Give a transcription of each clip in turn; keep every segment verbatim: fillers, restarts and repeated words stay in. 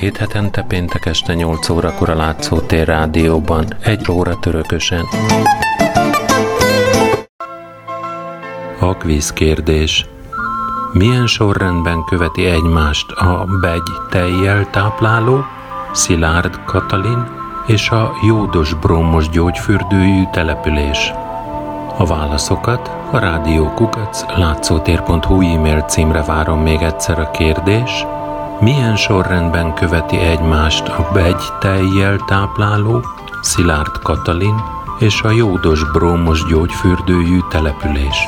Két hetente péntek este nyolc órakor a Látszótér Rádióban, egy óra törökösen. A kvízkérdés. Milyen sorrendben követi egymást a Begy tejjel tápláló, Szilárd Katalin és a jódos-brómos gyógyfürdőjű település? A válaszokat a rádiókukac látszótér pont hu e-mail címre várom. Még egyszer a kérdés. Milyen sorrendben követi egymást a Begy tejjel tápláló, Szilárd Katalin és a jódos-brómos gyógyfürdőjű település?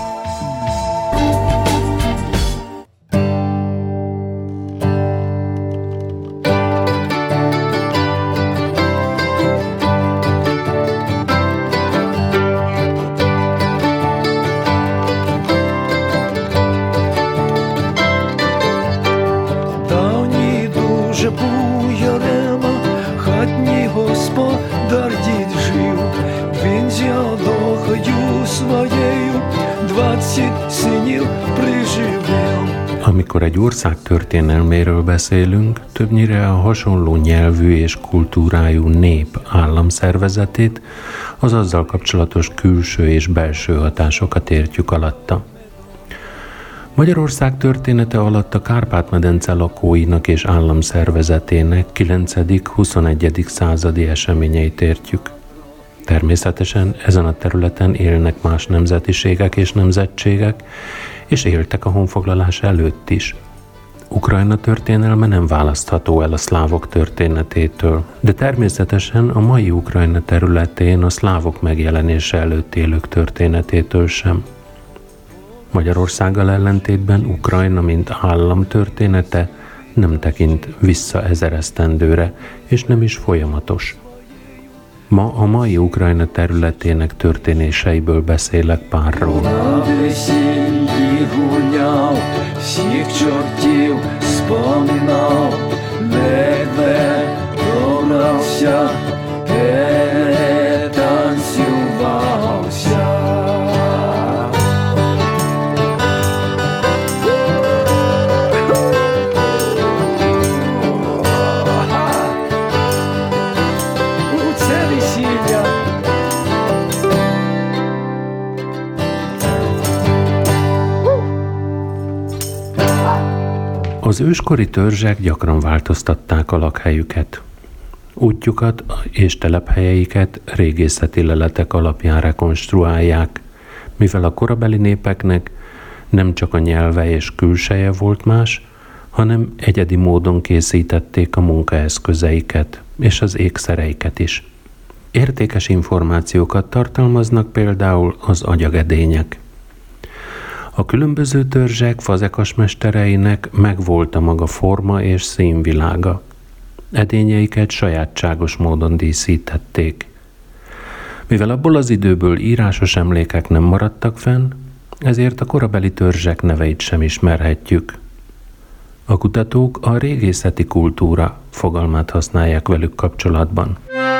Amikor egy ország történelméről beszélünk, többnyire a hasonló nyelvű és kultúrájú nép államszervezetét, az azzal kapcsolatos külső és belső hatásokat értjük alatta. Magyarország története alatt a Kárpát-medence lakóinak és államszervezetének kilencedik-huszonegyedik századi eseményeit értjük. Természetesen ezen a területen élnek más nemzetiségek és nemzetségek, és éltek a honfoglalás előtt is. Ukrajna történelme nem választható el a szlávok történetétől, de természetesen a mai Ukrajna területén a szlávok megjelenése előtt élők történetétől sem. Magyarországgal ellentétben Ukrajna, mint állam története nem tekint vissza ezer esztendőre, és nem is folyamatos. Ma a mai Ukrajna területének történéseiből beszélek párról. Az őskori törzsek gyakran változtatták a lakhelyüket. Útjukat és telephelyeiket régészeti leletek alapján rekonstruálják, mivel a korabeli népeknek nem csak a nyelve és külseje volt más, hanem egyedi módon készítették a munkaeszközeiket és az ékszereiket is. Értékes információkat tartalmaznak például az agyagedények. A különböző törzsek fazekasmestereinek megvolt a maga forma és színvilága. Edényeiket sajátságos módon díszítették. Mivel abból az időből írásos emlékek nem maradtak fenn, ezért a korabeli törzsek neveit sem ismerhetjük. A kutatók a régészeti kultúra fogalmát használják velük kapcsolatban.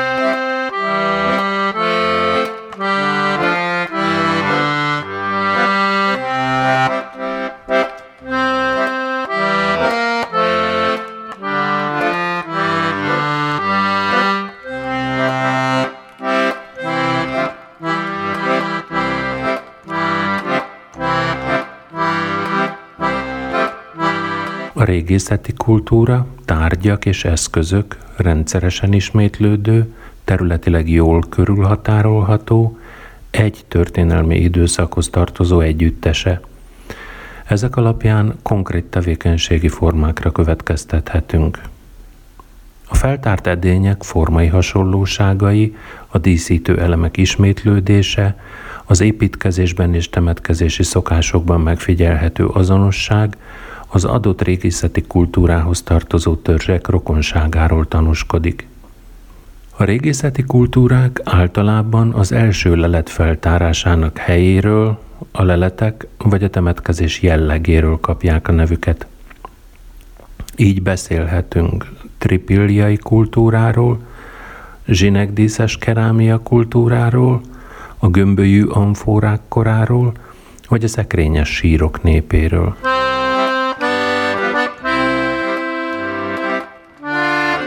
A régészeti kultúra, tárgyak és eszközök rendszeresen ismétlődő, területileg jól körülhatárolható, egy történelmi időszakhoz tartozó együttese. Ezek alapján konkrét tevékenységi formákra következtethetünk. A feltárt edények formai hasonlóságai, a díszítő elemek ismétlődése, az építkezésben és temetkezési szokásokban megfigyelhető azonosság, az adott régészeti kultúrához tartozó törzsek rokonságáról tanúskodik. A régészeti kultúrák általában az első lelet feltárásának helyéről, a leletek vagy a temetkezés jellegéről kapják a nevüket. Így beszélhetünk tripilliai kultúráról, zsinegdíszes kerámia kultúráról, a gömbölyű amfórák koráról, vagy a szekrényes sírok népéről.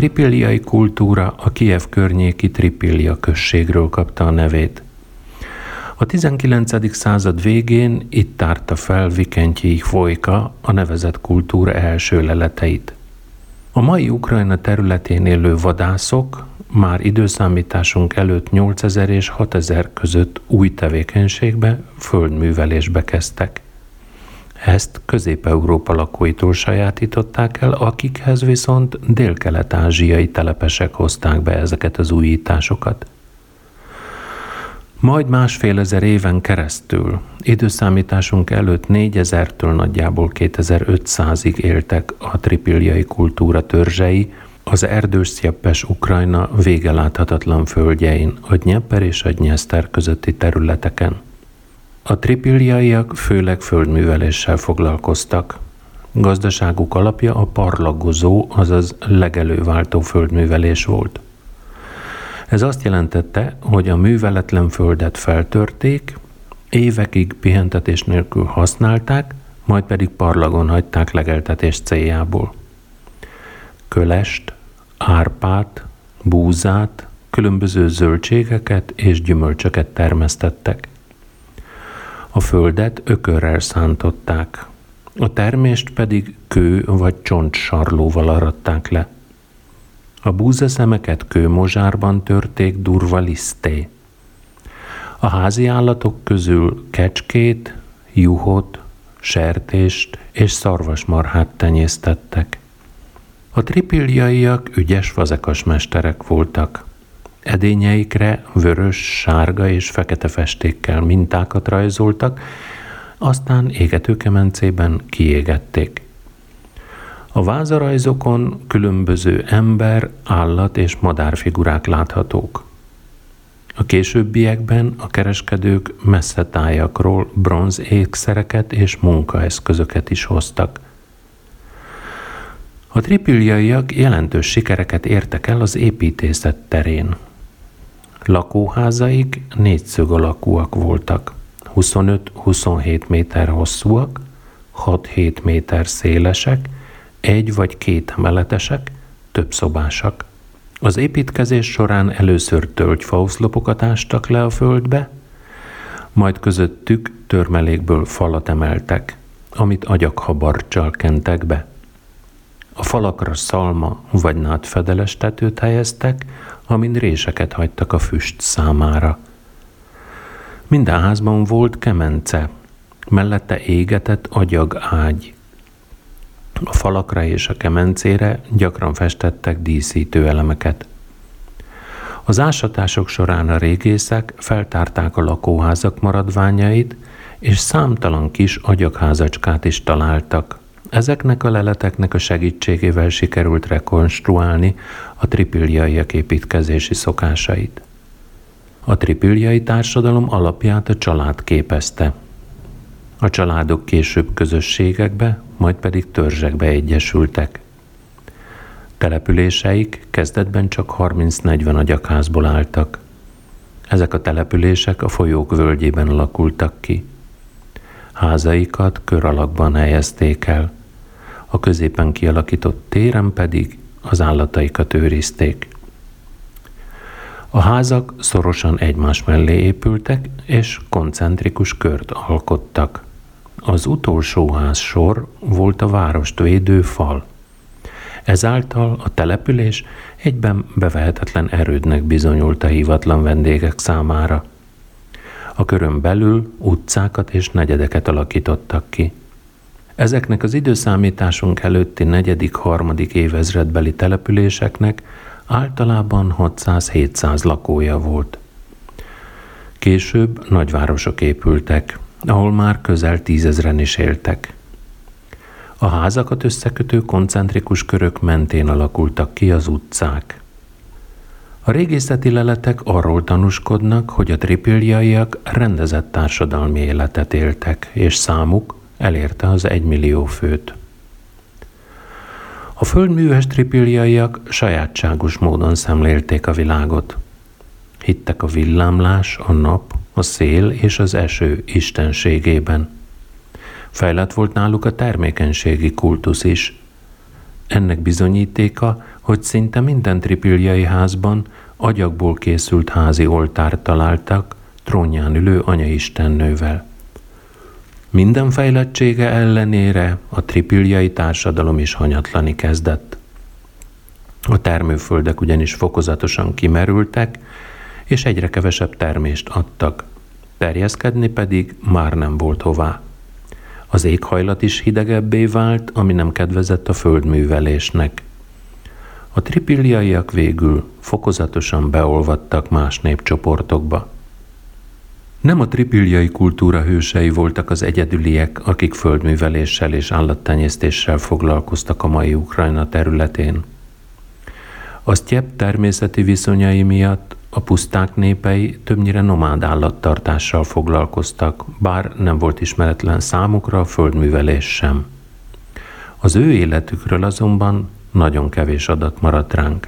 tripilliai kultúra a Kijev környéki Tripilja községről kapta a nevét. A tizenkilencedik század végén itt tárta fel Vikentjij Folyka a nevezett kultúra első leleteit. A mai Ukrajna területén élő vadászok már időszámításunk előtt nyolcezer és hatezer között új tevékenységbe, földművelésbe kezdtek. Ezt Közép-Európa lakóitól sajátították el, akikhez viszont dél-kelet-ázsiai telepesek hozták be ezeket az újításokat. Majd másfél ezer éven keresztül, időszámításunk előtt négyezertől nagyjából kétezer-ötszázig éltek a tripilliai kultúra törzsei az erdős-sztyeppes Ukrajna végeláthatatlan földjein, a Dnyeper és a Dnyeszter közötti területeken. A tripilliaiak főleg földműveléssel foglalkoztak. Gazdaságuk alapja a parlagozó, azaz legelőváltó földművelés volt. Ez azt jelentette, hogy a műveletlen földet feltörték, évekig pihentetés nélkül használták, majd pedig parlagon hagyták legeltetés céljából. Kölest, árpát, búzát, különböző zöldségeket és gyümölcsöket termesztettek. A földet ökörrel szántották, a termést pedig kő vagy csontsarlóval aratták le. A búzaszemeket kőmozsárban törték durva liszté. A házi állatok közül kecskét, juhot, sertést és szarvasmarhát tenyésztettek. A tripilliaiak ügyes fazekas mesterek voltak. Edényeikre vörös, sárga és fekete festékkel mintákat rajzoltak, aztán égetőkemencében kiégették. A vázarajzokon különböző ember, állat és madárfigurák láthatók. A későbbiekben a kereskedők messze tájakról bronz ékszereket és munkaeszközöket is hoztak. A tripilliaiak jelentős sikereket értek el az építészet terén. Lakóházaik négyszög alakúak voltak, huszonöt-huszonhét méter hosszúak, hat-hét méter szélesek, egy vagy két emeletesek, több szobásak. Az építkezés során először tölgyfaoszlopokat ástak le a földbe, majd közöttük törmelékből falat emeltek, amit agyaghabarccsal kentek be. A falakra szalma vagy nádfedeles tetőt helyeztek, amin réseket hagytak a füst számára. Minden házban volt kemence, mellette égetett agyag ágy. A falakra és a kemencére gyakran festettek díszítő elemeket. Az ásatások során a régészek feltárták a lakóházak maradványait, és számtalan kis agyagházacskát is találtak. Ezeknek a leleteknek a segítségével sikerült rekonstruálni a tripilliaiak építkezési szokásait. A tripilliai társadalom alapját a család képezte. A családok később közösségekbe, majd pedig törzsekbe egyesültek. Településeik kezdetben csak harminc-negyven agyagházból álltak. Ezek a települések a folyók völgyében alakultak ki. Házaikat kör alakban helyezték el, a középen kialakított téren pedig az állataikat őrizték. A házak szorosan egymás mellé épültek, és koncentrikus kört alkottak. Az utolsó házsor volt a várost védő fal. Ezáltal a település egyben bevehetetlen erődnek bizonyult a hívatlan vendégek számára. A körön belül utcákat és negyedeket alakítottak ki. Ezeknek az időszámításunk előtti negyedik-harmadik évezredbeli településeknek általában hatszáz-hétszáz lakója volt. Később nagyvárosok épültek, ahol már közel tízezren is éltek. A házakat összekötő koncentrikus körök mentén alakultak ki az utcák. A régészeti leletek arról tanúskodnak, hogy a tripilliaiak rendezett társadalmi életet éltek, és számuk elérte az egymillió főt. A földműves tripilliaiak sajátságos módon szemlélték a világot. Hittek a villámlás, a nap, a szél és az eső istenségében. Fejlett volt náluk a termékenységi kultusz is. Ennek bizonyítéka, hogy szinte minden tripiljai házban agyagból készült házi oltárt találtak trónján ülő anyaistennővel. Minden fejlettsége ellenére a tripiljai társadalom is hanyatlani kezdett. A termőföldek ugyanis fokozatosan kimerültek, és egyre kevesebb termést adtak, terjeszkedni pedig már nem volt hová. Az éghajlat is hidegebbé vált, ami nem kedvezett a földművelésnek. A tripiljaiak végül fokozatosan beolvadtak más népcsoportokba. Nem a tripiljai kultúra hősei voltak az egyedüliek, akik földműveléssel és állattenyésztéssel foglalkoztak a mai Ukrajna területén. A sztyepp természeti viszonyai miatt a puszták népei többnyire nomád állattartással foglalkoztak, bár nem volt ismeretlen számukra a földművelés sem. Az ő életükről azonban nagyon kevés adat maradt ránk.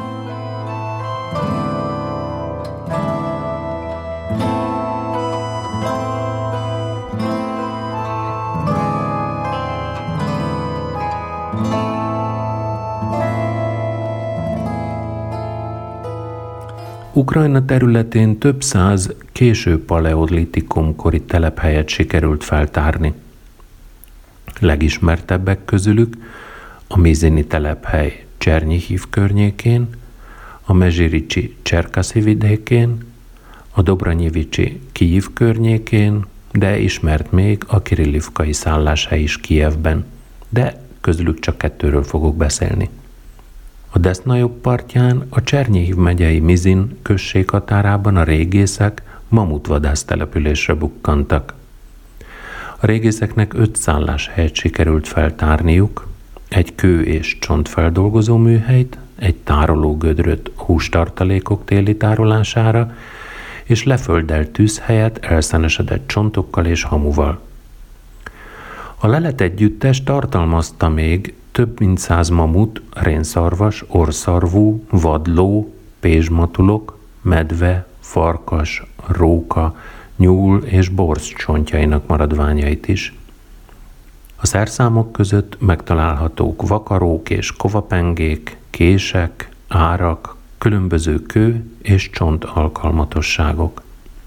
Ukrajna területén több száz késő paleolitikum kori telephelyet sikerült feltárni. Legismertebbek közülük a Mizini telephely Csernyihiv környékén, a Mezsiricsi Cserkaszi vidékén, a Dobranyivicsi Kijiv környékén, de ismert még a kirillivkai szálláshely is Kijevben, de közülük csak kettőről fogok beszélni. A Deszna jobb partján, a Csernyihiv megyei Mizin község határában a régészek mamutvadász településre bukkantak. A régészeknek öt szálláshelyet sikerült feltárniuk, egy kő- és csontfeldolgozó műhelyt, egy tárológödröt hústartalékok téli tárolására, és leföldelt tűzhelyet elszenesedett csontokkal és hamuval. A lelet együttes tartalmazta még több mint száz mamut, rénszarvas, orrszarvú, vadló, pézsmatulok, medve, farkas, róka, nyúl és borz csontjainak maradványait is. A szerszámok között megtalálhatók vakarók és kovapengék, kések, árak, különböző kő és csont alkalmatosságok.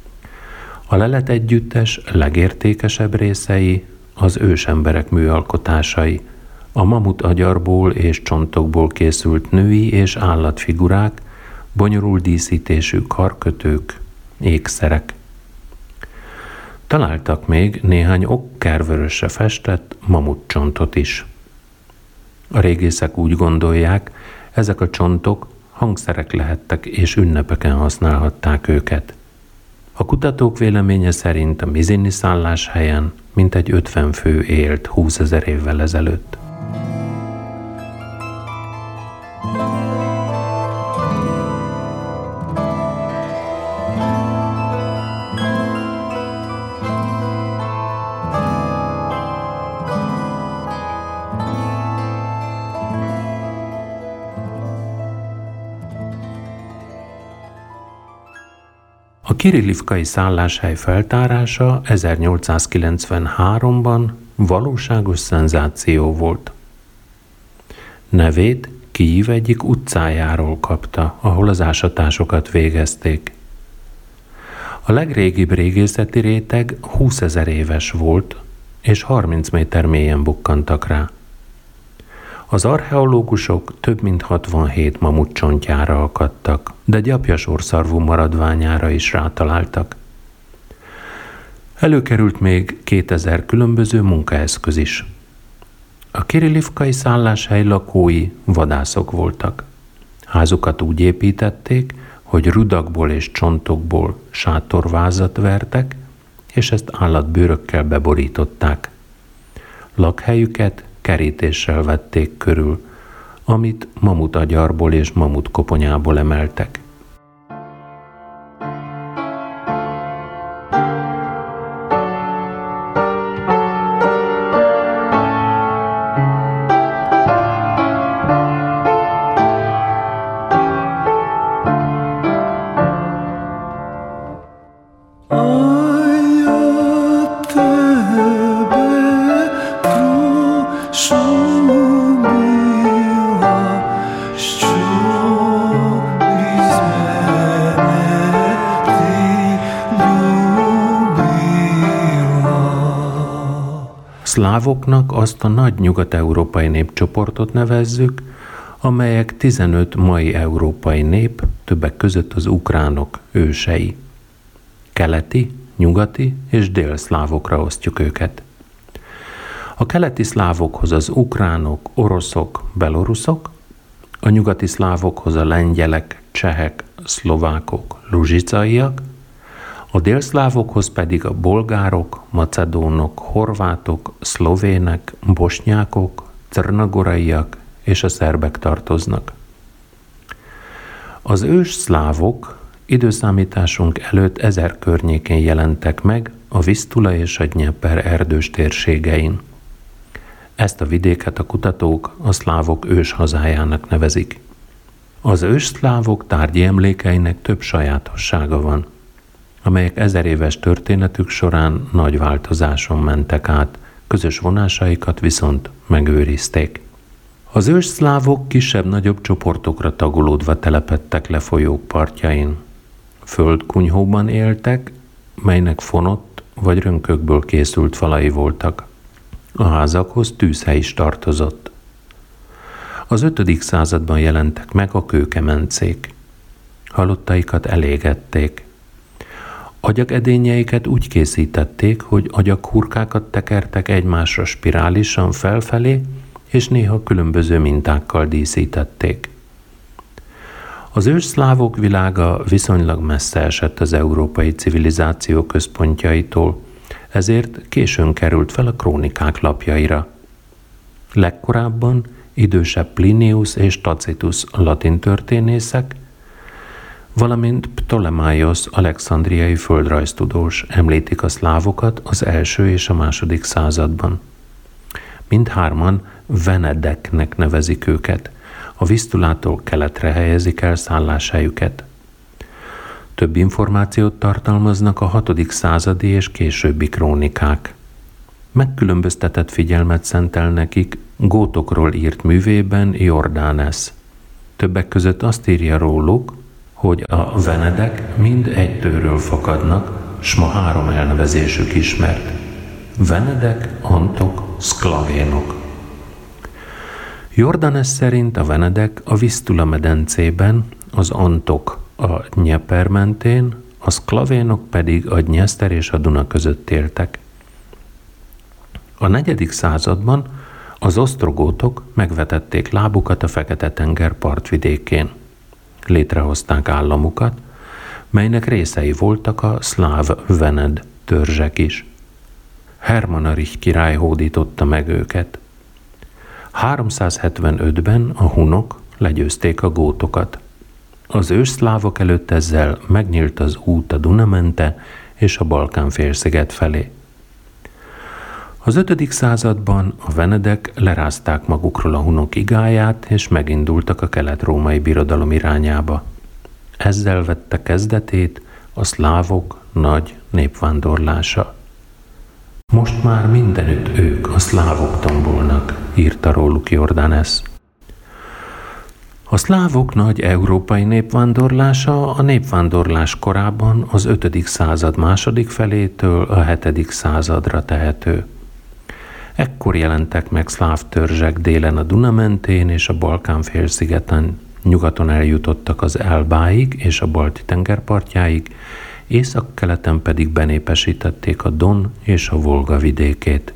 A lelet együttes legértékesebb részei az ősemberek műalkotásai, a mamut agyarból és csontokból készült női és állatfigurák, bonyolult díszítésű karkötők, ékszerek. Találtak még néhány okkervörösre festett mamutcsontot is. A régészek úgy gondolják, ezek a csontok hangszerek lehettek és ünnepeken használhatták őket. A kutatók véleménye szerint a Mizini szálláshelyen mintegy ötven fő élt húszezer évvel ezelőtt. A kirillivkai szálláshely feltárása ezernyolcszázkilencvenháromban valóságos szenzáció volt. Nevét Kijiv egyik utcájáról kapta, ahol az ásatásokat végezték. A legrégibb régészeti réteg húszezer éves volt, és harminc méter mélyen bukkantak rá. Az archeológusok több mint hatvanhét mamut csontjára akadtak, de gyapjas orrszarvú maradványára is rátaláltak. Előkerült még kétezer különböző munkaeszköz is. A kirillivkai szálláshely lakói vadászok voltak. Házukat úgy építették, hogy rudakból és csontokból sátorvázat vertek, és ezt állatbőrökkel beborították. Lakhelyüket kerítéssel vették körül, amit mamut agyarból és mamut koponyából emeltek. Show me szlávoknak azt a nagy nyugat-európai népcsoportot nevezzük, amelyek tizenöt mai európai nép, többek között az ukránok ősei. Keleti, nyugati és délszlávokra osztjuk őket. A keleti szlávokhoz az ukránok, oroszok, beloruszok, a nyugati szlávokhoz a lengyelek, csehek, szlovákok, luzsicaiak, a délszlávokhoz pedig a bolgárok, macedónok, horvátok, szlovének, bosnyákok, czernagoraiak és a szerbek tartoznak. Az ős szlávok időszámításunk előtt ezer környékén jelentek meg a Visztula és a Dnyeper erdős térségein. Ezt a vidéket a kutatók a szlávok ős hazájának nevezik. Az ős szlávok tárgyi emlékeinek több sajátossága van, amelyek ezer éves történetük során nagy változáson mentek át, közös vonásaikat viszont megőrizték. Az ős szlávok kisebb-nagyobb csoportokra tagolódva telepedtek le folyók partjain. Földkunyhóban éltek, melynek fonott vagy rönkökből készült falai voltak. A házakhoz tűzhely is tartozott. Az ötödik században jelentek meg a kőkemencék. Halottaikat elégették. Agyagedényeiket úgy készítették, hogy agyaghurkákat tekertek egymásra spirálisan felfelé, és néha különböző mintákkal díszítették. Az ősszlávok világa viszonylag messze esett az európai civilizáció központjaitól, ezért későn került fel a krónikák lapjaira. Legkorábban idősebb Plinius és Tacitus latin történészek, valamint Ptolemaios alexandriai földrajztudós említik a szlávokat az első és a második században. Mindhárman venedeknek nevezik őket, a Visztulától keletre helyezik el szálláshelyüket. Több információt tartalmaznak a hatodik századi és későbbi krónikák. Megkülönböztetett figyelmet szentel nekik gótokról írt művében Jordanes. Többek között azt írja róluk, hogy a venedek mind egy tőről fakadnak, s ma három elnevezésük ismert. Venedek, antok, szklavénok. Jordanes szerint a venedek a Visztula medencében, az antok a Dnyeper mentén, a szklavénok pedig a Dnyeszter és a Duna között éltek. A negyedik században az osztrogótok megvetették lábukat a Fekete-tenger partvidékén. Létrehozták államukat, melynek részei voltak a szláv-vened törzsek is. Hermanarich király hódította meg őket. háromszázhetvenötben a hunok legyőzték a gótokat. Az ősszlávok előtt ezzel megnyílt az út a Dunamente és a Balkán-félsziget felé. Az ötödik században a venedek lerázták magukról a hunok igáját, és megindultak a kelet-római birodalom irányába. Ezzel vette kezdetét a szlávok nagy népvándorlása. Most már mindenütt ők, a szlávok tombolnak, írta róluk Jordanes. A szlávok nagy európai népvándorlása a népvándorlás korában az ötödik század második felétől a hetedik századra tehető. Ekkor jelentek meg szláv törzsek délen a Duna mentén és a Balkán-félszigeten, nyugaton eljutottak az Elbáig és a Balti-tenger partjáig, északkeleten pedig benépesítették a Don és a Volga vidékét.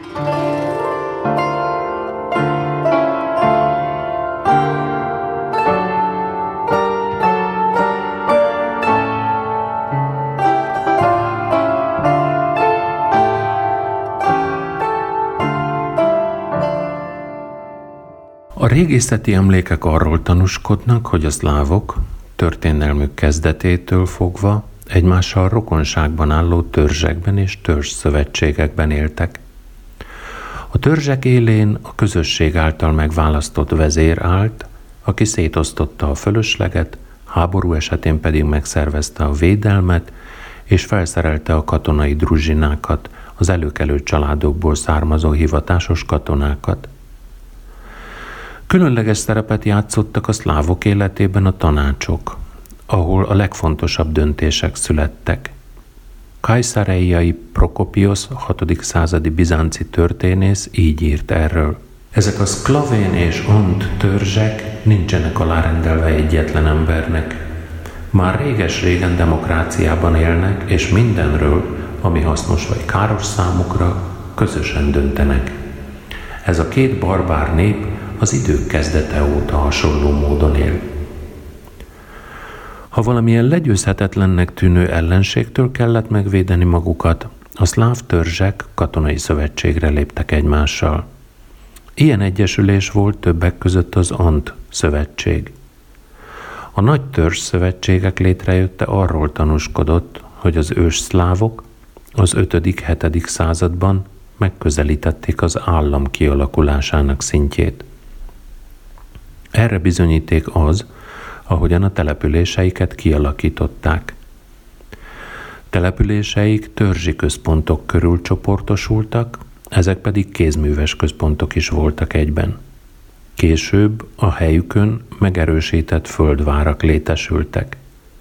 A régészeti emlékek arról tanúskodnak, hogy a szlávok történelmük kezdetétől fogva egymással rokonságban álló törzsekben és törzsszövetségekben éltek. A törzsek élén a közösség által megválasztott vezér állt, aki szétosztotta a fölösleget, háború esetén pedig megszervezte a védelmet, és felszerelte a katonai druzsinákat, az előkelő családokból származó hivatásos katonákat. Különleges szerepet játszottak a szlávok életében a tanácsok, ahol a legfontosabb döntések születtek. Kajszareiai Prokopiosz, hatodik századi bizánci történész így írt erről. Ezek a szklavén és ont törzsek nincsenek alárendelve egyetlen embernek. Már réges-régen demokráciában élnek, és mindenről, ami hasznos vagy káros számukra, közösen döntenek. Ez a két barbár nép az idők kezdete óta hasonló módon él. Ha valamilyen legyőzhetetlennek tűnő ellenségtől kellett megvédeni magukat, a szláv törzsek katonai szövetségre léptek egymással. Ilyen egyesülés volt többek között az Ant szövetség. A nagy törzs szövetségek létrejötte arról tanúskodott, hogy az ős szlávok az ötödik-hetedik században megközelítették az állam kialakulásának szintjét. Erre bizonyíték az, ahogyan a településeiket kialakították. Településeik törzsi központok körül csoportosultak, ezek pedig kézműves központok is voltak egyben. Később a helyükön megerősített földvárak létesültek.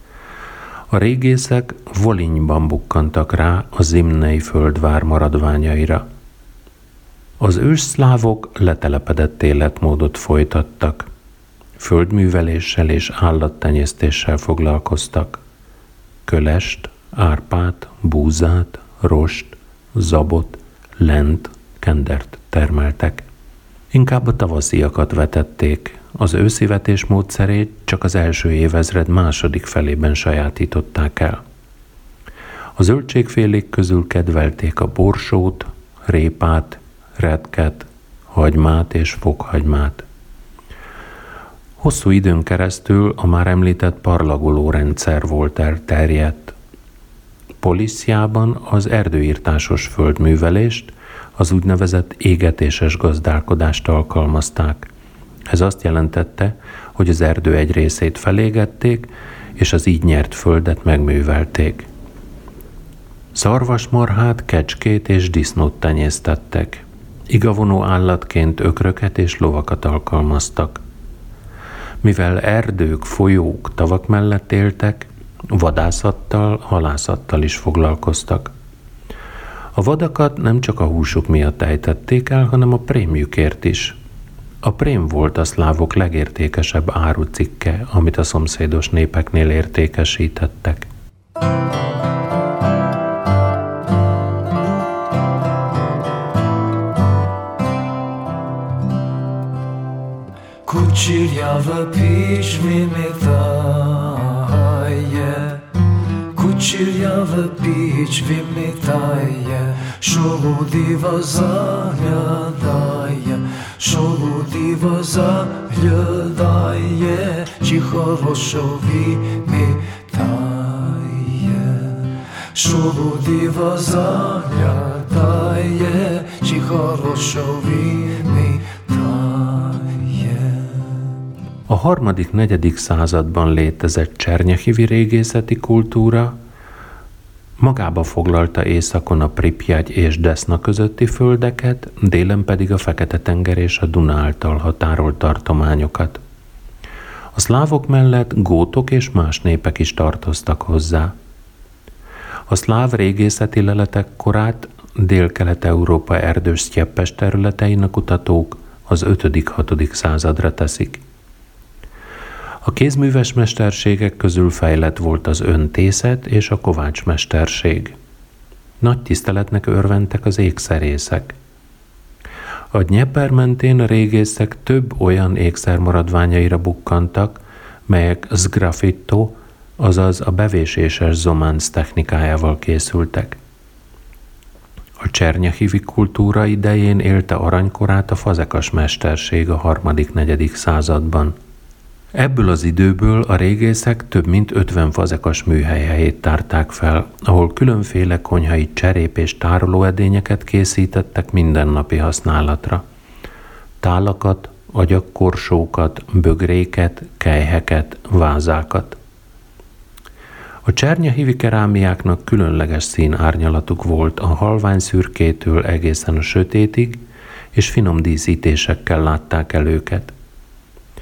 A régészek Volinyban bukkantak rá a zimnei földvár maradványaira. Az ősszlávok letelepedett életmódot folytattak. Földműveléssel és állattenyésztéssel foglalkoztak. Kölest, árpát, búzát, rost, zabot, lent, kendert termeltek. Inkább a tavasziakat vetették, az őszi vetés módszerét csak az első évezred második felében sajátították el. A zöldségfélék közül kedvelték a borsót, répát, retket, hagymát és fokhagymát. Hosszú időn keresztül a már említett parlagoló rendszer volt elterjedt. Poliszjában az erdőirtásos földművelést, az úgynevezett égetéses gazdálkodást alkalmazták. Ez azt jelentette, hogy az erdő egy részét felégették, és az így nyert földet megművelték. Szarvasmarhát, kecskét és disznót tenyésztettek. Igavonó állatként ökröket és lovakat alkalmaztak. Mivel erdők, folyók, tavak mellett éltek, vadászattal, halászattal is foglalkoztak. A vadakat nem csak a húsuk miatt ejtették el, hanem a prémjükért is. A prém volt a szlávok legértékesebb árucikke, amit a szomszédos népeknél értékesítettek. Kuchiljawa pichmi mitaye, Kuchiljawa pichmi mitaye, Shogudiva zaglядає, Shogudiva zaглядає, Чи хорошові митає. Shogudiva zaглядає, Чи хорошові митає. A harmadik-negyedik században létezett csernyahívi régészeti kultúra magába foglalta északon a Pripjaty és Deszna közötti földeket, délen pedig a Fekete-tenger és a Duna által határolt tartományokat. A szlávok mellett gótok és más népek is tartoztak hozzá. A szláv régészeti leletek korát Dél-Kelet-Európa erdős sztyeppes területein a kutatók az ötödik-hatodik századra teszik. A kézműves mesterségek közül fejlett volt az öntészet és a kovácsmesterség. Nagy tiszteletnek örventek az ékszerészek. A Dnyeper mentén a régészek több olyan ékszer maradványaira bukkantak, melyek szgrafitto, azaz a bevéséses zománc technikájával készültek. A csernyahívi kultúra idején élte aranykorát a fazekas mesterség a harmadik-negyedik században. Ebből az időből a régészek több mint ötven fazekas műhely helyét tárták fel, ahol különféle konyhai cserép- és tárolóedényeket készítettek mindennapi használatra. Tálakat, agyagkorsókat, bögréket, kelyheket, vázákat. A csernyahívi kerámiáknak különleges színárnyalatuk volt a halvány szürkétől egészen a sötétig, és finom díszítésekkel látták el őket.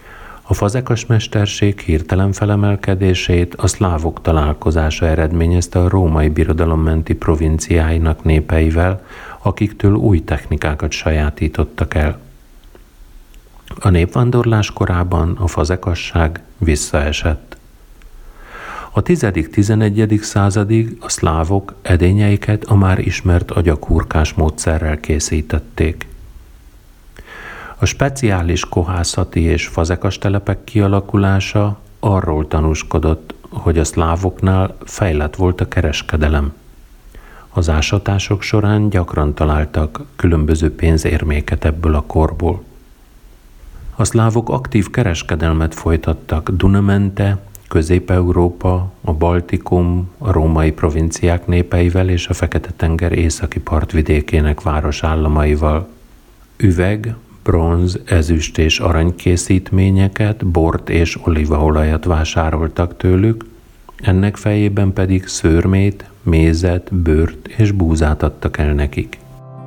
A fazekas mesterség hirtelen felemelkedését a szlávok találkozása eredményezte a római birodalom menti provinciáinak népeivel, akiktől új technikákat sajátítottak el. A népvándorlás korában a fazekasság visszaesett. A tizedik-tizenegyedik századig a szlávok edényeiket a már ismert agyakurkás módszerrel készítették. A speciális kohászati és fazekas telepek kialakulása arról tanúskodott, hogy a szlávoknál fejlett volt a kereskedelem. Az ásatások során gyakran találtak különböző pénzérméket ebből a korból. A szlávok aktív kereskedelmet folytattak Dunamente, Közép-Európa, a Baltikum, a római provinciák népeivel és a Fekete-tenger északi partvidékének városállamaival. Üveg, bronz, ezüst és aranykészítményeket, bort és olívaolajat vásároltak tőlük, ennek fejében pedig szőrmét, mézet, bőrt és búzát adtak el nekik.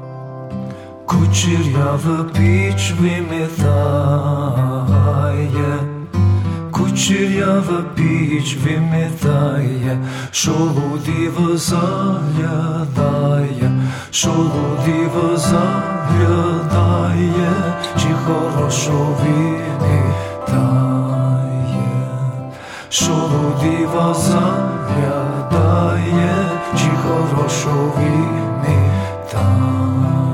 Кучерявый пич выметая, кучерявый пич выметая, шелудиво заглядая, шелудиво заглядая, чи хорошо выметая, шелудиво заглядая, чи хорошо выметая.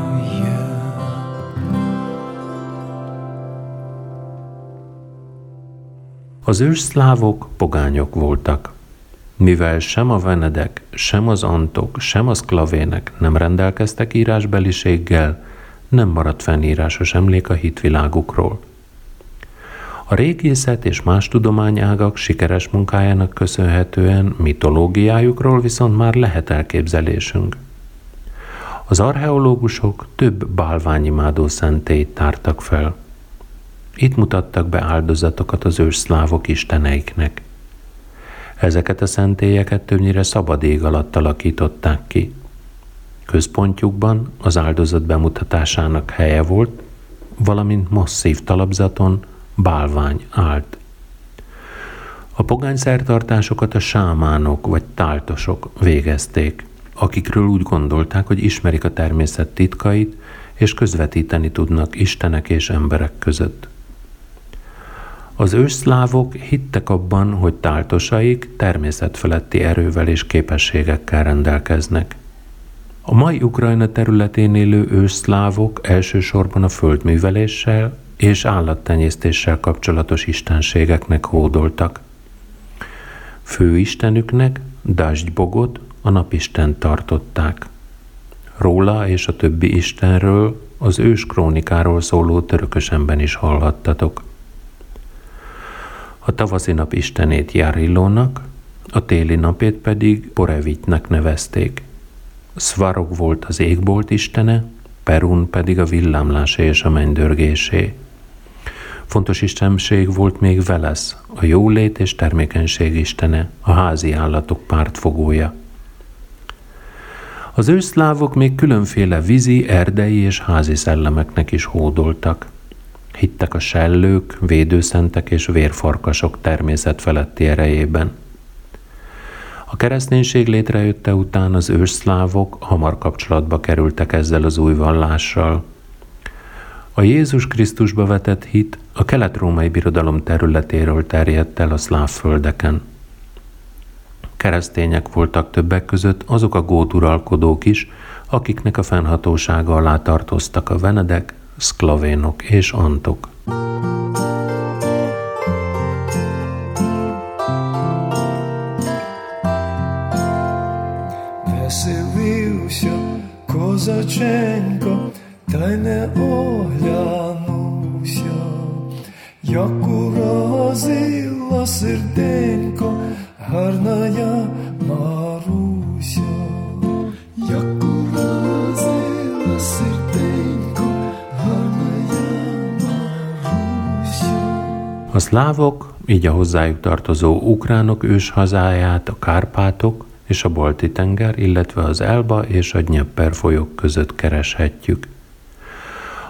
Az ősszlávok pogányok voltak. Mivel sem a venedek, sem az antok, sem a szklavének nem rendelkeztek írásbeliséggel, nem maradt fenn írásos emlék a hitvilágukról. A régészet és más tudományágak sikeres munkájának köszönhetően mitológiájukról viszont már lehet elképzelésünk. Az archeológusok több bálványimádó szentélyt tártak fel. Itt mutattak be áldozatokat az ősszlávok isteneiknek. Ezeket a szentélyeket többnyire szabad ég alatt alakították ki. Központjukban az áldozat bemutatásának helye volt, valamint masszív talapzaton bálvány állt. A pogány szertartásokat a sámánok vagy táltosok végezték, akikről úgy gondolták, hogy ismerik a természet titkait, és közvetíteni tudnak istenek és emberek között. Az ősszlávok hittek abban, hogy táltosaik természetfeletti erővel és képességekkel rendelkeznek. A mai Ukrajna területén élő ősszlávok elsősorban a földműveléssel és állattenyésztéssel kapcsolatos istenségeknek hódoltak. Főistenüknek, Dazsgybogot, a napistent tartották. Róla és a többi istenről az ős krónikáról szóló törökösenben is hallhattatok. A tavaszi nap istenét Jarillónak, a téli napét pedig Porevitnek nevezték. Svarog volt az égbolt istene, Perun pedig a villámlásé és a mennydörgésé. Fontos istenség volt még Velesz, a jólét és termékenység istene, a házi állatok pártfogója. Az ősszlávok még különféle vízi, erdei és házi szellemeknek is hódoltak. Hittek a sellők, védőszentek és vérfarkasok természet feletti erejében. A kereszténység létrejötte után az ősszlávok hamar kapcsolatba kerültek ezzel az új vallással. A Jézus Krisztusba vetett hit a kelet-római birodalom területéről terjedt el a szláv földeken. Keresztények voltak többek között azok a gót uralkodók is, akiknek a fennhatósága alá tartoztak a venedek, szklavénok és antok. Веселився козаченько, та й не оглянувся, як уразила серденько гарная Маруся, як уразила серденько гарная Маруся. A szlávok, így a hozzájuk tartozó ukránok őshazáját a Kárpátok és a Balti-tenger, illetve az Elba és a Dnyepper folyók között kereshetjük.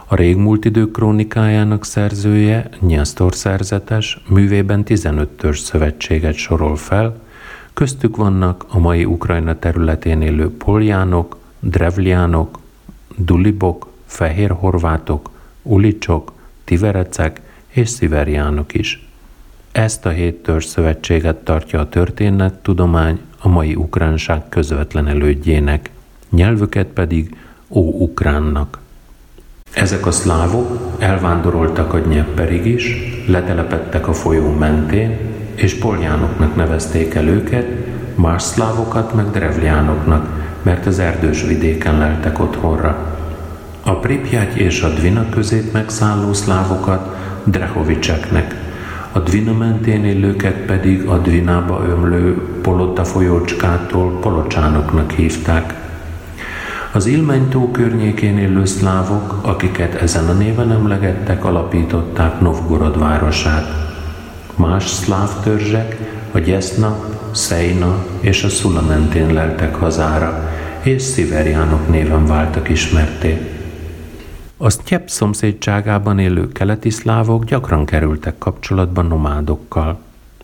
A régmúlt idők krónikájának szerzője, Nyesztor szerzetes, művében tizenöt törzs szövetséget sorol fel, köztük vannak a mai Ukrajna területén élő poljánok, drevliánok, dulibok, fehérhorvátok, ulicsok, tiverecek és sziveriánok is. Ezt a hét törzs szövetséget tartja a történettudomány a mai ukránság közvetlen elődjének, nyelvüket pedig óukránnak. Ezek a szlávok elvándoroltak a Dnyeperig is, letelepedtek a folyó mentén, és poljánoknak nevezték el őket, más szlávokat meg drevliánoknak, mert az erdős vidéken leltek otthonra. A Pripyat és a Dvina közét megszálló szlávokat drehovicseknek, a Dvina mentén élőket pedig a Dvinába ömlő Polota folyócskától polocsánoknak hívták. Az Ilmeny-tó környékén élő szlávok, akiket ezen a néven emlegettek, alapították Novgorod városát. Más szláv törzsek a Gyeszna, Szejna és a Szula mentén leltek hazára, és sziveriánok néven váltak ismertté. A sztyepp szomszédságában élő keleti szlávok gyakran kerültek kapcsolatba nomádokkal.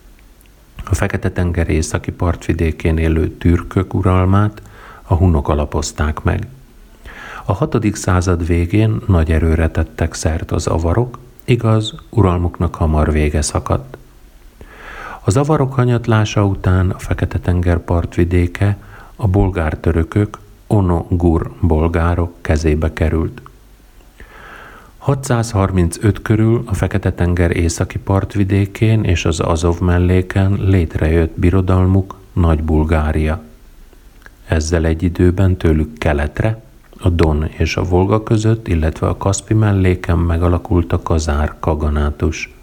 A Fekete-tenger északi partvidékén élő türkök uralmát a hunok alapozták meg. A hatodik század végén nagy erőre tettek szert az avarok, igaz, uralmuknak hamar vége szakadt. Az avarok hanyatlása után a Fekete-tenger partvidéke a bolgár-törökök, onogur bolgárok kezébe került. hatszázharmincöt körül a Fekete-tenger északi partvidékén és az Azov melléken létrejött birodalmuk Nagy-Bulgária. Ezzel egy időben tőlük keletre, a Don és a Volga között, illetve a Kaszpi melléken megalakult a kazár kaganátus.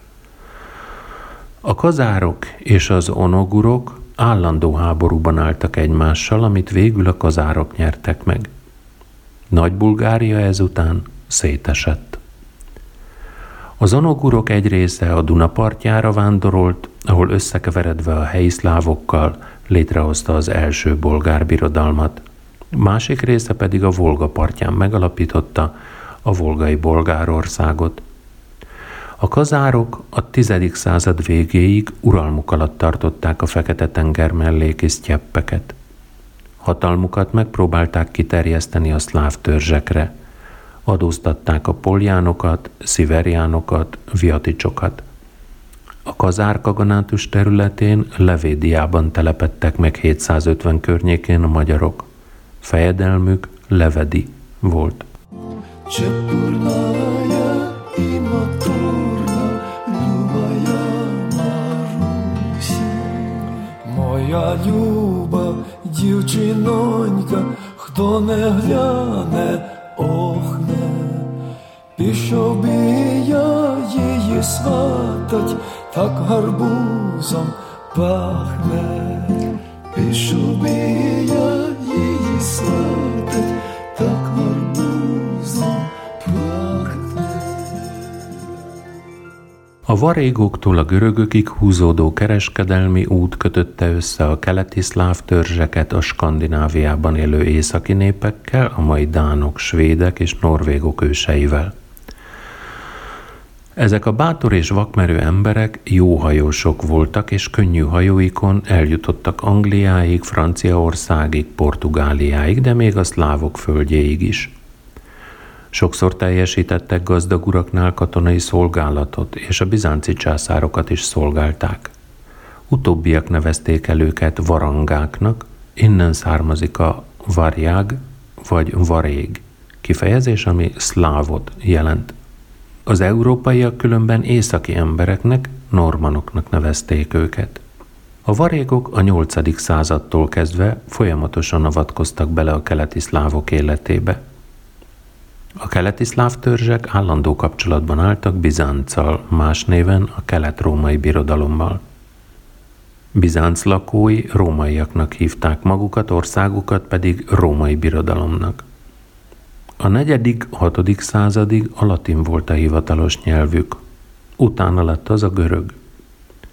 A kazárok és az onogurok állandó háborúban álltak egymással, amit végül a kazárok nyertek meg. Nagy-Bulgária ezután szétesett. Az onogurok egy része a Duna partjára vándorolt, ahol összekeveredve a helyi szlávokkal létrehozta az első bolgár birodalmat. Másik része pedig a Volga partján megalapította a volgai Bolgárországot. A kazárok a tizedik század végéig uralmuk alatt tartották a Fekete-tenger melléki sztyeppeket. Hatalmukat megpróbálták kiterjeszteni a szláv törzsekre. Adóztatták a poljánokat, sziveriánokat, viaticsokat. A kazár kaganátus területén Levédiában telepedtek meg hétszázötven környékén a magyarok. Fejedelmük Levedi volt. Моя люба дівчинонька, хто не гляне, охне. Пішов би я її сватать, так гарбузом пахне. Пішов би я її сватать, так гарбузом pachne. A varégóktól a görögökig húzódó kereskedelmi út kötötte össze a keleti szláv törzseket a Skandináviában élő északi népekkel, a mai dánok, svédek és norvégok őseivel. Ezek a bátor és vakmerő emberek jó hajósok voltak, és könnyű hajóikon eljutottak Angliáig, Franciaországig, Portugáliáig, de még a szlávok földjéig is. Sokszor teljesítettek gazdag uraknál katonai szolgálatot, és a bizánci császárokat is szolgálták. Utóbbiak nevezték el őket varangáknak, innen származik a varjág vagy varég kifejezés, ami szlávot jelent. Az európaiak különben északi embereknek, normanoknak nevezték őket. A varégok a nyolcadik századtól kezdve folyamatosan avatkoztak bele a keleti szlávok életébe. A keleti szláv törzsek állandó kapcsolatban álltak Bizánccal, más néven a kelet-római birodalommal. Bizánc lakói rómaiaknak hívták magukat, országukat pedig római birodalomnak. A negyedik, hatodik századig a latin volt a hivatalos nyelvük, utána lett az a görög.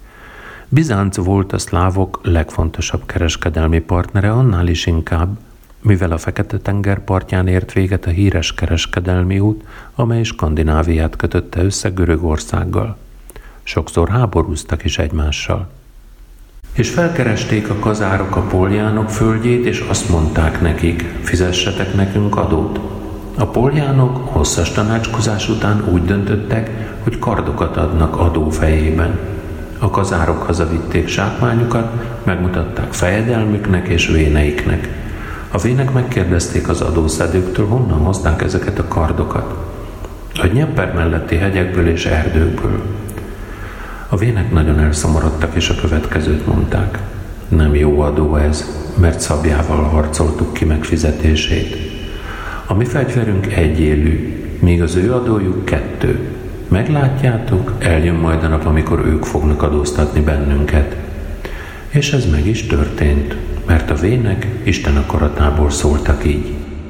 Bizánc volt a szlávok legfontosabb kereskedelmi partnere, annál is inkább, mivel a Fekete-tenger partján ért véget a híres kereskedelmi út, amely Skandináviát kötötte össze Görögországgal. Sokszor háborúztak is egymással. És felkeresték a kazárok a poljánok földjét, és azt mondták nekik, fizessetek nekünk adót. A poljánok hosszas tanácskozás után úgy döntöttek, hogy kardokat adnak adó fejében. A kazárok hazavitték zsákmányukat, megmutatták fejedelmüknek és véneiknek. A vének megkérdezték az adószedőktől, honnan hozták ezeket a kardokat. A Dnyeper melletti hegyekből és erdőkből. A vének nagyon elszomorodtak, és a következőt mondták. Nem jó adó ez, mert szabjával harcoltuk ki megfizetését. A mi fegyverünk egyélű, míg az ő adójuk kettő. Meglátjátok, eljön majd a nap, amikor ők fognak adóztatni bennünket. És ez meg is történt, mert a vének Isten akaratából szóltak így.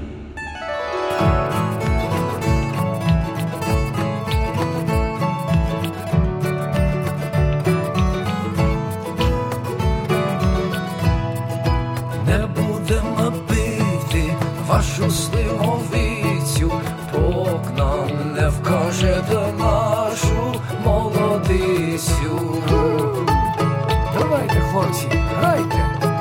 Не будемо пити вашу сливовицю, поки нам не вкажете нашу молодицю. Давайте, хлопці, грайте!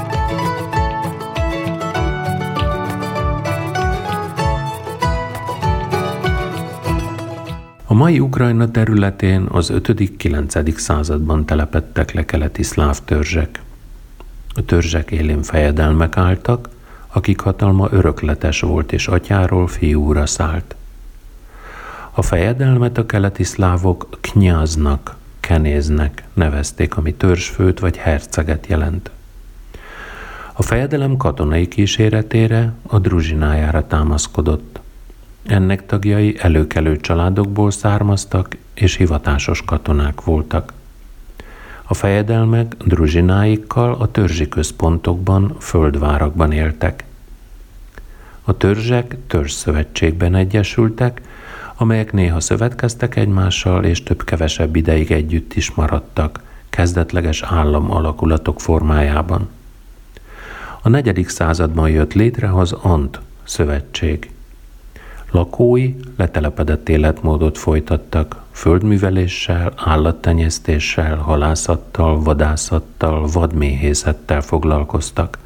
A mai Ukrajna területén az ötödik-kilencedik században telepedtek le keleti szláv törzsek. A törzsek élén fejedelmek álltak, akik hatalma örökletes volt és atyáról fiúra szállt. A fejedelmet a keleti szlávok knyaznak, kenéznek nevezték, ami törzsfőt vagy herceget jelent. A fejedelem katonai kíséretére a druzsinájára támaszkodott. Ennek tagjai előkelő családokból származtak és hivatásos katonák voltak. A fejedelmek druzsináikkal a törzsi központokban, földvárakban éltek. A törzsek törzsszövetségben egyesültek, amelyek néha szövetkeztek egymással, és több-kevesebb ideig együtt is maradtak, kezdetleges állam alakulatok formájában. A negyedik században jött létre az Ant szövetség. Lakói letelepedett életmódot folytattak, földműveléssel, állattenyésztéssel, halászattal, vadászattal, vadméhészettel foglalkoztak.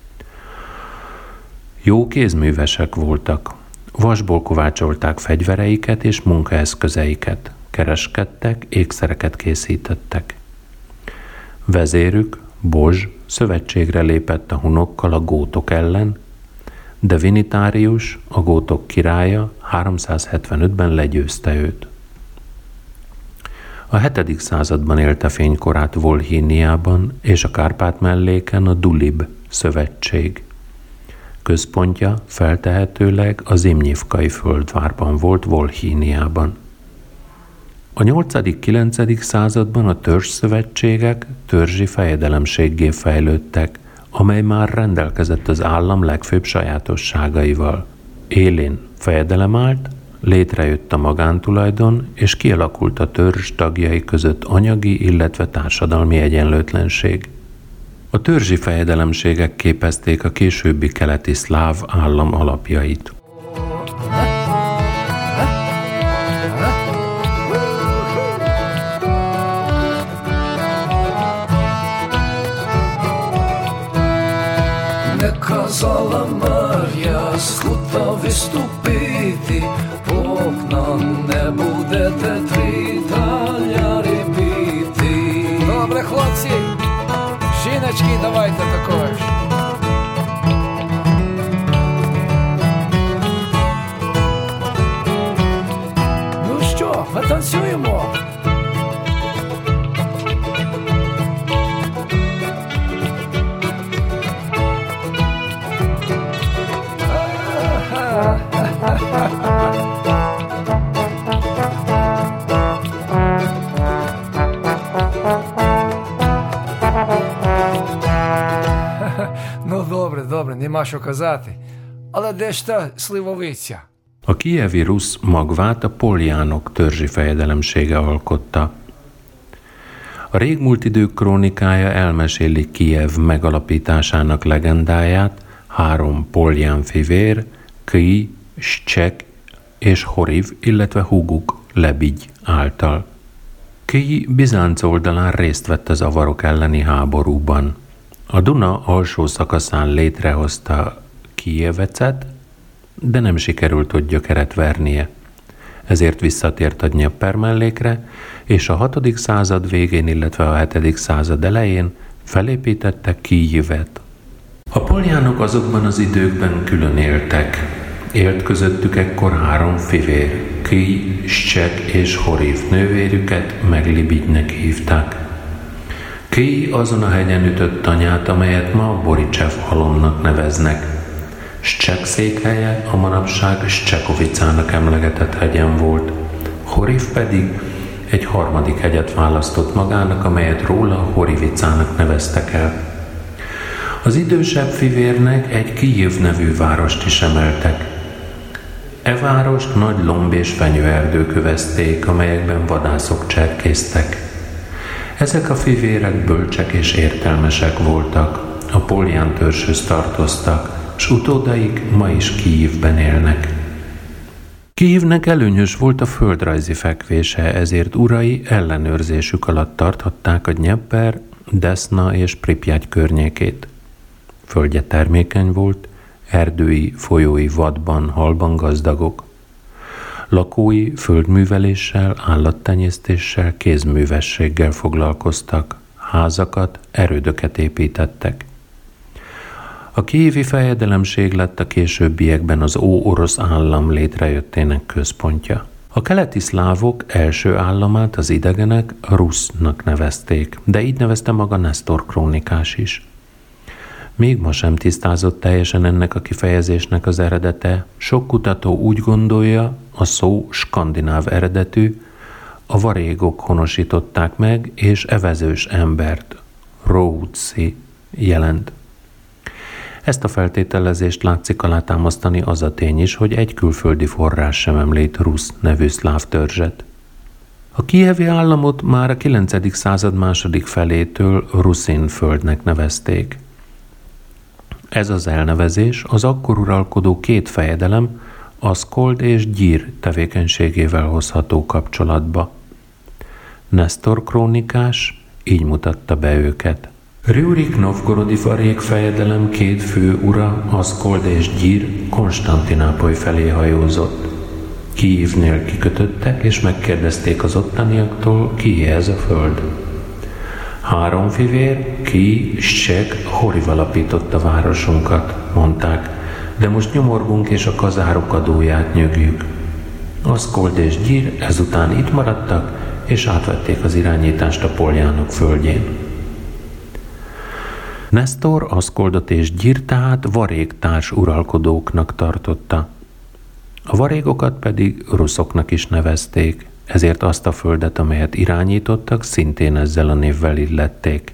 Jó kézművesek voltak. Vasból kovácsolták fegyvereiket és munkaeszközeiket, kereskedtek, ékszereket készítettek. Vezérük, Bozs, szövetségre lépett a hunokkal a gótok ellen, de Vinitárius, a gótok királya háromszázhetvenötben legyőzte őt. A hetedik században élte fénykorát Volhíniában és a Kárpát-melléken a Dulib szövetség. Központja feltehetőleg a Zimnyivkai földvárban volt Volhíniában. A nyolcadik-kilencedik században a törzsszövetségek törzsi fejedelemséggé fejlődtek, amely már rendelkezett az állam legfőbb sajátosságaival. Élén fejedelem állt, létrejött a magántulajdon, és kialakult a törzs tagjai között anyagi, illetve társadalmi egyenlőtlenség. A törzsi fejedelemségek képezték a későbbi keleti szláv állam alapjait. Не казала Мар'я з хута виступити, покна не будете три таляри пити. Добре, хлопці, жіночки, давайте також. Ну що, потанцюємо? Ну добре, добре, нема що казати. Але де ж та sливовиця? A kijevi rusz magvát a poljánok törzsi fejedelemsége alkotta. A régmúlt idők krónikája elmeséli Kijev megalapításának legendáját, három Polján fivér, Kij, Scek és Horiv, illetve húguk Lebigy által. Kij Bizánc oldalán részt vett az avarok elleni háborúban. A Duna alsó szakaszán létrehozta Kijevecet, de nem sikerült ott gyökeret vernie. Ezért visszatért a Dnyeper mellékre, és a hatodik század végén, illetve a hetedik század elején felépítette Kijivet. A poljánok azokban az időkben külön éltek. Élt közöttük ekkor három fivér, Kij, Scek és Horiv, nővérüket Meglibigynek hívták. Kij azon a hegyen ütött tanyát, amelyet ma Boricsev halomnak neveznek. Scek székhelye a manapság Scsekovicának emlegetett hegyen volt. Horiv pedig egy harmadik hegyet választott magának, amelyet róla Horivicának neveztek el. Az idősebb fivérnek egy Kijiv nevű várost is emeltek. E várost nagy lomb és fenyőerdők övezték, amelyekben vadászok cserkésztek. Ezek a fivérek bölcsek és értelmesek voltak, a polján törzshöz tartoztak, s utódaik ma is Kijivben élnek. Kijivnek előnyös volt a földrajzi fekvése, ezért urai ellenőrzésük alatt tarthatták a Dnyeper, Deszna és Pripyat környékét. Földje termékeny volt, erdői, folyói vadban, halban gazdagok. Lakói földműveléssel, állattenyésztéssel, kézművességgel foglalkoztak, házakat, erődöket építettek. A kijivi fejedelemség lett a későbbiekben az óorosz állam létrejöttének központja. A keleti szlávok első államát az idegenek Rusznak nevezték, de így nevezte maga Nesztor krónikás is. Még ma sem tisztázott teljesen ennek a kifejezésnek az eredete. Sok kutató úgy gondolja, a szó skandináv eredetű, a varégok honosították meg, és evezős embert, Róutszi jelent. Ezt a feltételezést látszik alátámasztani az a tény is, hogy egy külföldi forrás sem említ Rusz nevű szláv törzset. A kijevi államot már a kilencedik század második felétől Ruszin földnek nevezték. Ez az elnevezés az akkor uralkodó két fejedelem, Aszkold és Gyír tevékenységével hozható kapcsolatba. Nesztor krónikás így mutatta be őket. Rjurik novgorodi varég fejedelem két fő ura, Aszkold és Gyír Konstantinápoly felé hajózott. Kijivnél kikötöttek, és megkérdezték az ottaniaktól, kié ez a föld. Három fivér, Kij, Scek, Horiv alapította városunkat, mondták, de most nyomorgunk és a kazárok adóját nyögjük. Aszkold és Gyír ezután itt maradtak, és átvették az irányítást a poljánok földjén. Nesztor Aszkoldot és Gyírt tehát varégtárs uralkodóknak tartotta. A varégokat pedig ruszoknak is nevezték, ezért azt a földet, amelyet irányítottak, szintén ezzel a névvel illették.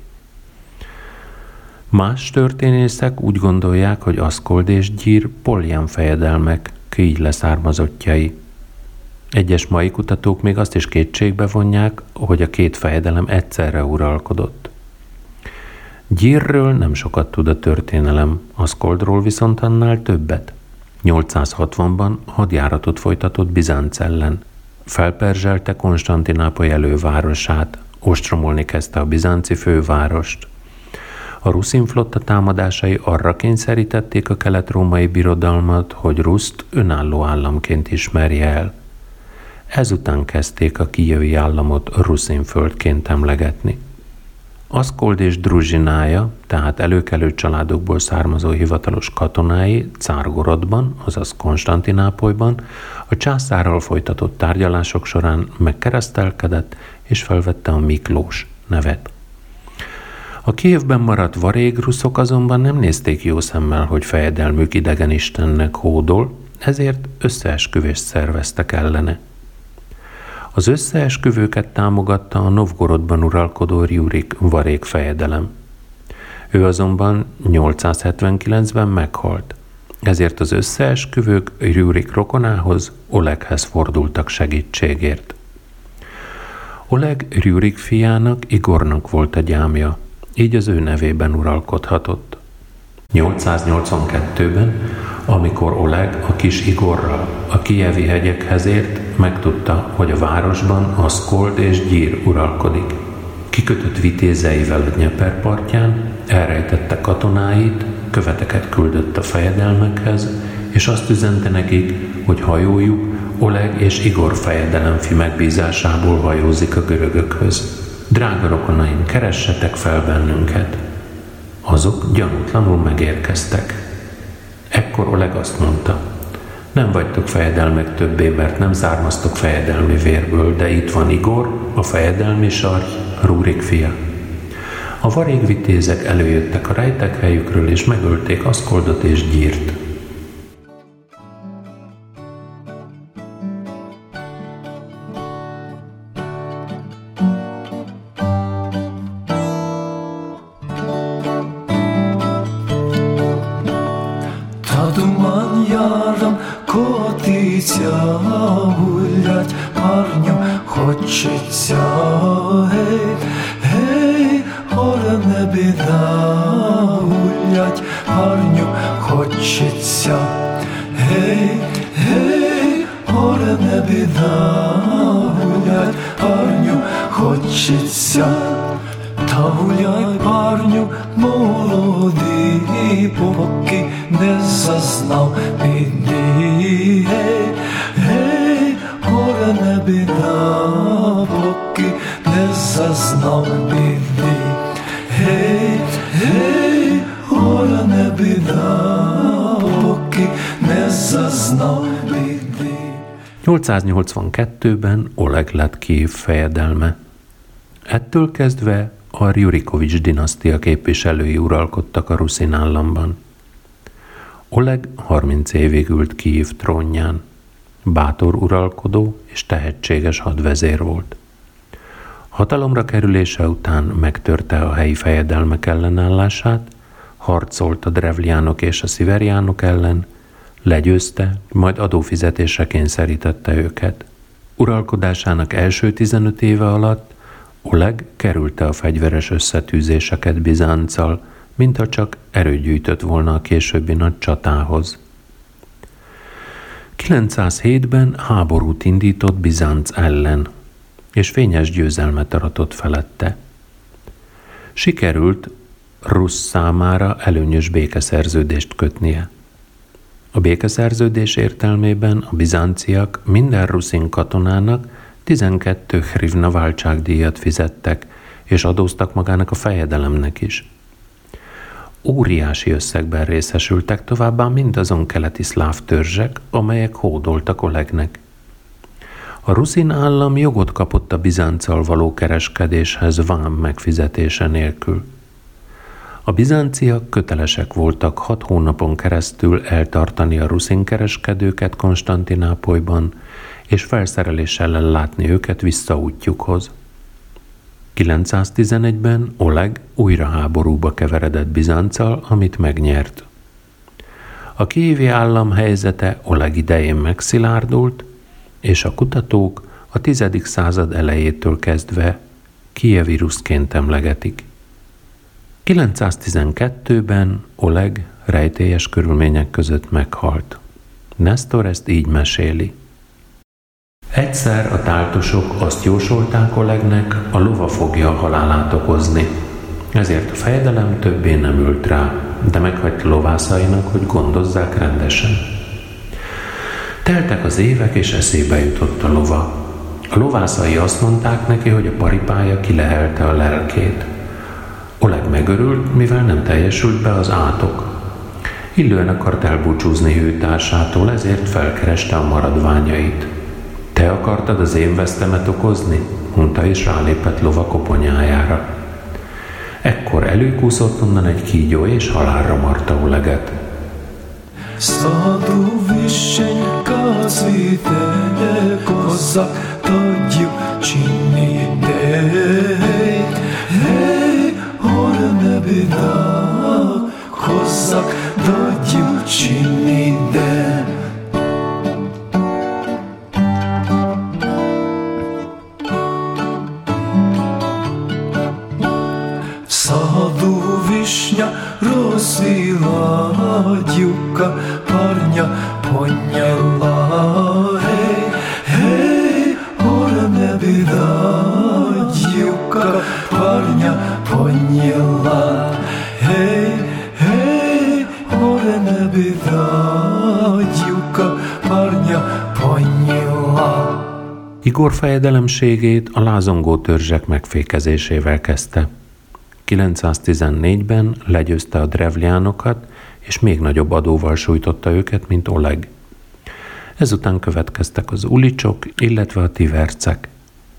Más történészek úgy gondolják, hogy Aszkold és Gyír polján fejedelmek, Kij leszármazottjai. Egyes mai kutatók még azt is kétségbe vonják, hogy a két fejedelem egyszerre uralkodott. Gyírről nem sokat tud a történelem, Aszkoldról viszont annál többet. nyolcszázhatvanban hadjáratot folytatott Bizánc ellen. Felperzselte Konstantinápoly elővárosát, ostromolni kezdte a bizánci fővárost. A ruszin flotta támadásai arra kényszerítették a kelet-római birodalmat, hogy Ruszt önálló államként ismerje el. Ezután kezdték a kijevi államot ruszin földként emlegetni. Aszkold és Druzsinája, tehát előkelő családokból származó hivatalos katonái Cárgorodban, azaz Konstantinápolyban a császárral folytatott tárgyalások során megkeresztelkedett és felvette a Miklós nevet. A Kijevben maradt varégruszok azonban nem nézték jó szemmel, hogy fejedelmük idegen istennek hódol, ezért összeesküvést szerveztek ellene. Az összeesküvőket támogatta a Novgorodban uralkodó Rjurik varég fejedelem. Ő azonban nyolcszázhetvenkilencben meghalt, ezért az összeesküvők Rjurik rokonához, Oleghez fordultak segítségért. Oleg Rjurik fiának, Igornak volt a gyámja, így az ő nevében uralkodhatott. nyolcszáznyolcvankettőben, amikor Oleg a kis Igorral a kijevi hegyekhez ért, megtudta, hogy a városban Aszkold és Gyír uralkodik. Kikötött vitézeivel a Dnyeper partján, elrejtette katonáit, követeket küldött a fejedelmekhez, és azt üzente nekik, hogy hajójuk Oleg és Igor fejedelemfi megbízásából hajózik a görögökhöz. Drága rokonaim, keressetek fel bennünket! Azok gyanútlanul megérkeztek. Ekkor Oleg azt mondta, nem vagytok fejedelmek többé, mert nem származtok fejedelmi vérből, de itt van Igor, a fejedelmi sarj, Rúrik fia. A varégvitézek előjöttek a rejtekhelyükről, és megölték Aszkoldot és Gyírt. Котиться, гулять, парню хочеться, гей, гей, горе не біда, гулять, парню хочеться, гей, гей, горе не біда, гулять, парню хочеться. Та гуляй, парню, молодий, поки не зазнав біди. Гей, гей, горе не біда, поки не зазнав біди. Гей, гей, горе не біда, поки не зазнав біди. nyolcszáznyolcvankettőben Oleg lett Kijev fejedelme. Ettől kezdve a Rjurikovics dinasztia képviselői uralkodtak a Ruszin államban. Oleg harminc évig ült Kijev trónján. Bátor uralkodó és tehetséges hadvezér volt. Hatalomra kerülése után megtörte a helyi fejedelmek ellenállását, harcolt a drevljánok és a sziverjánok ellen, legyőzte, majd adófizetésre kényszerítette őket. Uralkodásának első tizenöt éve alatt Oleg kerülte a fegyveres összetűzéseket Bizánccal, mintha csak erőt gyűjtött volna a későbbi nagy csatához. kilencszázhétben háborút indított Bizánc ellen, és fényes győzelmet aratott felette. Sikerült Rusz számára előnyös békeszerződést kötnie. A békeszerződés értelmében a bizánciak minden ruszin katonának tizenkét hrivna váltságdíjat fizettek, és adóztak magának a fejedelemnek is. Óriási összegben részesültek továbbá mindazon keleti szláv törzsek, amelyek hódoltak Olegnek. A ruszin állam jogot kapott a Bizánccal való kereskedéshez vám megfizetése nélkül. A bizánciak kötelesek voltak hat hónapon keresztül eltartani a ruszin kereskedőket Konstantinápolyban, és felszereléssel ellátni őket vissza útjukhoz. kilencszáztizenegyben Oleg újra háborúba keveredett Bizánccal, amit megnyert. A kijevi állam helyzete Oleg idején megszilárdult, és a kutatók a tizedik század elejétől kezdve kijevi ruszként emlegetik. kilencszáztizenkettőben Oleg rejtélyes körülmények között meghalt. Nestor ezt így meséli. Egyszer a táltosok azt jósolták Olegnek, a lova fogja a halálát okozni. Ezért a fejedelem többé nem ült rá, de meghagyta lovászainak, hogy gondozzák rendesen. Teltek az évek, és eszébe jutott a lova. A lovászai azt mondták neki, hogy a paripája kilehelte a lelkét. Oleg megörült, mivel nem teljesült be az átok. Illően akart elbúcsúzni hőtársától, ezért felkereste a maradványait. Te akartad az én vesztemet okozni? Mondta, és rálépett lova koponyájára. Ekkor előkúszott onnan egy kígyó, és halálra marta Oleget. Sadu вишенька цвіте, козак тоді чинний день. Гей, горе не біда, козак до дівчини йде. В саду вишня розцвіла, parnya, pognella. Hey, hey, ora ne vida, giuca, parnya, pognella. Hey, hey, ora ne vida, giuca, parnya, pognella. Igor fejedelemségét a lázongó törzsek megfékezésével kezdte. kilencszáztizennégyben legyőzte a drevliánokat, és még nagyobb adóval sújtotta őket, mint Oleg. Ezután következtek az ulicsok, illetve a tivercek.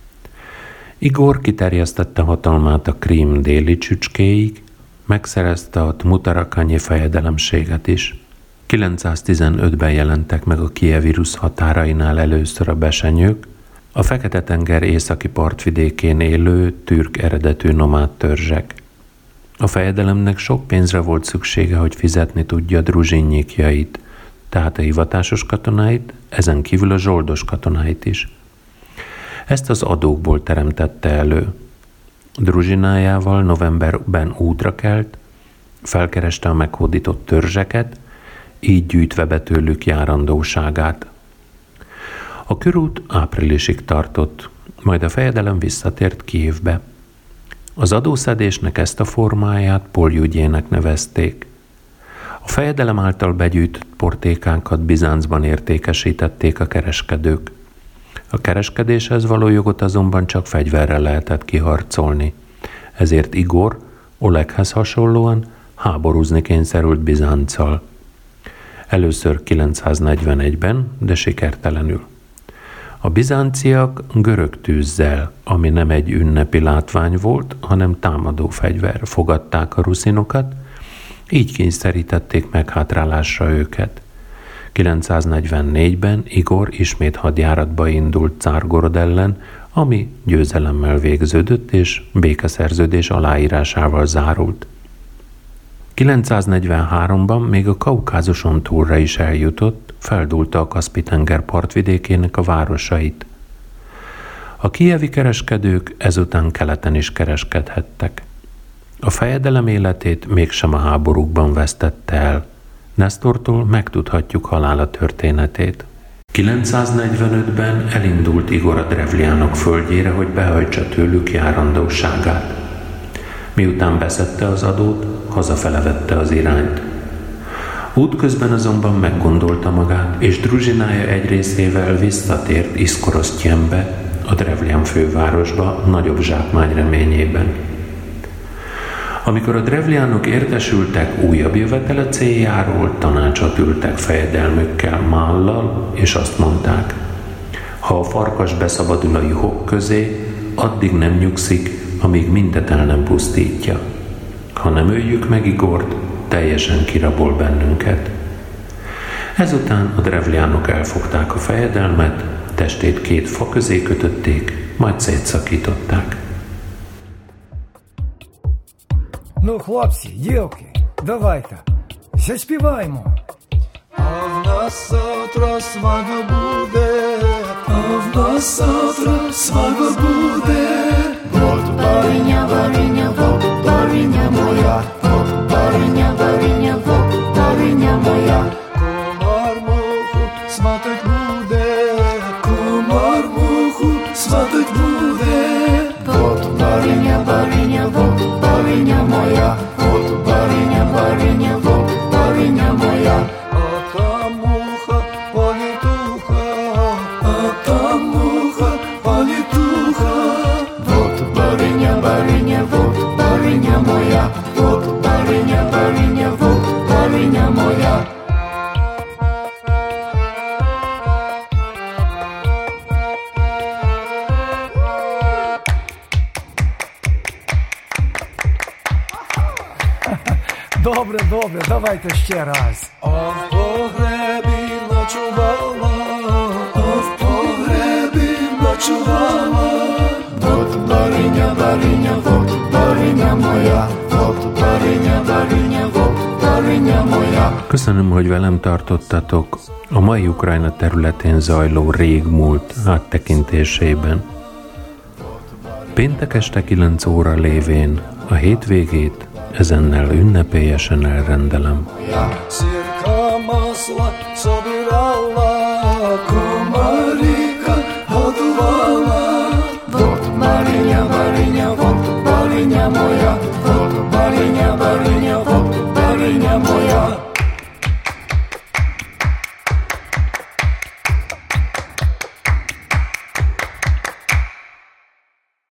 Igor kiterjesztette hatalmát a Krím déli csücskéig, megszerezte a Tmutarakanyi fejedelemséget is. kilencszáztizenötben jelentek meg a kijevi Rusz határainál először a besenyők, a Fekete-tenger északi partvidékén élő türk eredetű nomád törzsek. A fejedelemnek sok pénzre volt szüksége, hogy fizetni tudja druzsinnyikjait, tehát a hivatásos katonáit, ezen kívül a zsoldos katonáit is. Ezt az adókból teremtette elő. Druzsinájával novemberben útra kelt, felkereste a meghódított törzseket, így gyűjtve be tőlük járandóságát. A körút áprilisig tartott, majd a fejedelem visszatért Kijevbe. Az adószedésnek ezt a formáját poljügyének nevezték. A fejedelem által begyűjtött portékánkat Bizáncban értékesítették a kereskedők. A kereskedéshez való jogot azonban csak fegyverrel lehetett kiharcolni. Ezért Igor, Oleghez hasonlóan háborúzni kényszerült Bizánccal. Először kilencszáznegyvenegyben, de sikertelenül. A bizánciak görög tűzzel, ami nem egy ünnepi látvány volt, hanem támadó fegyver, fogadták a ruszinokat, így kényszerítették meghátrálásra őket. kilencszáznegyvennégyben Igor ismét hadjáratba indult Cárgorod ellen, ami győzelemmel végződött és békeszerződés aláírásával zárult. kilencszáznegyvenháromban még a Kaukázuson túlra is eljutott, feldúlta a Kaszpi-tenger partvidékének a városait. A kijevi kereskedők ezután keleten is kereskedhettek. A fejedelem életét mégsem a háborúkban vesztette el. Nesztortól megtudhatjuk halála történetét. kilencszáznegyvenötben elindult Igor a drevliánok földjére, hogy behajtsa tőlük járandóságát. Miután beszedte az adót, hazafele vette az irányt. Útközben azonban meggondolta magát, és druzsinája egy részével visszatért Iszkorosztyenbe, a Drevlián fővárosba, nagyobb zsákmány reményében. Amikor a drevliánok értesültek újabb jövetele céljáról, tanácsot ültek fejedelmükkel Mállal, és azt mondták: ha a farkas beszabadul a juhok közé, addig nem nyugszik, amíg mindet el nem pusztítja. Ha nem öljük meg Igort, teljesen kirabol bennünket. Ezután a drevliánok elfogták a fejedelmet, testét két fa közé kötötték, majd szétszakították. Ну, хлопці, дівки, давайте, заспіваймо. А в нас завтра свадьба буде, а в нас завтра свадьба буде. Вот бариня, бариня, вот бариня моя, вот бариня, бариня, вот бариня моя. Комар муху сватать буде, комар муху сватать буде. Вот бариня, бариня, вот бариня моя, вот бариня, бариня, вот бариня моя. А там муха, полетуха, а там муха, полетуха. Вот бариня, бариня, вот бариня моя, вот бариня, бариня, вот бариня моя. Добре, добре, давайте ще раз. А в погребі ночувала, а в погребі ночувала. Вот бариня, бариня, вот бариня моя, вот бариня, бариня, вот бариня моя. Köszönöm, hogy velem tartottatok a mai Ukrajna területén zajló régmúlt áttekintésében. Péntek este kilenc óra lévén a hétvégét ezennel ünnepélyesen elrendelem. Cirka masla sobirala, komarika hodovala. Vot barinja, barinja, vot barinja moja, vot barinja, barinja,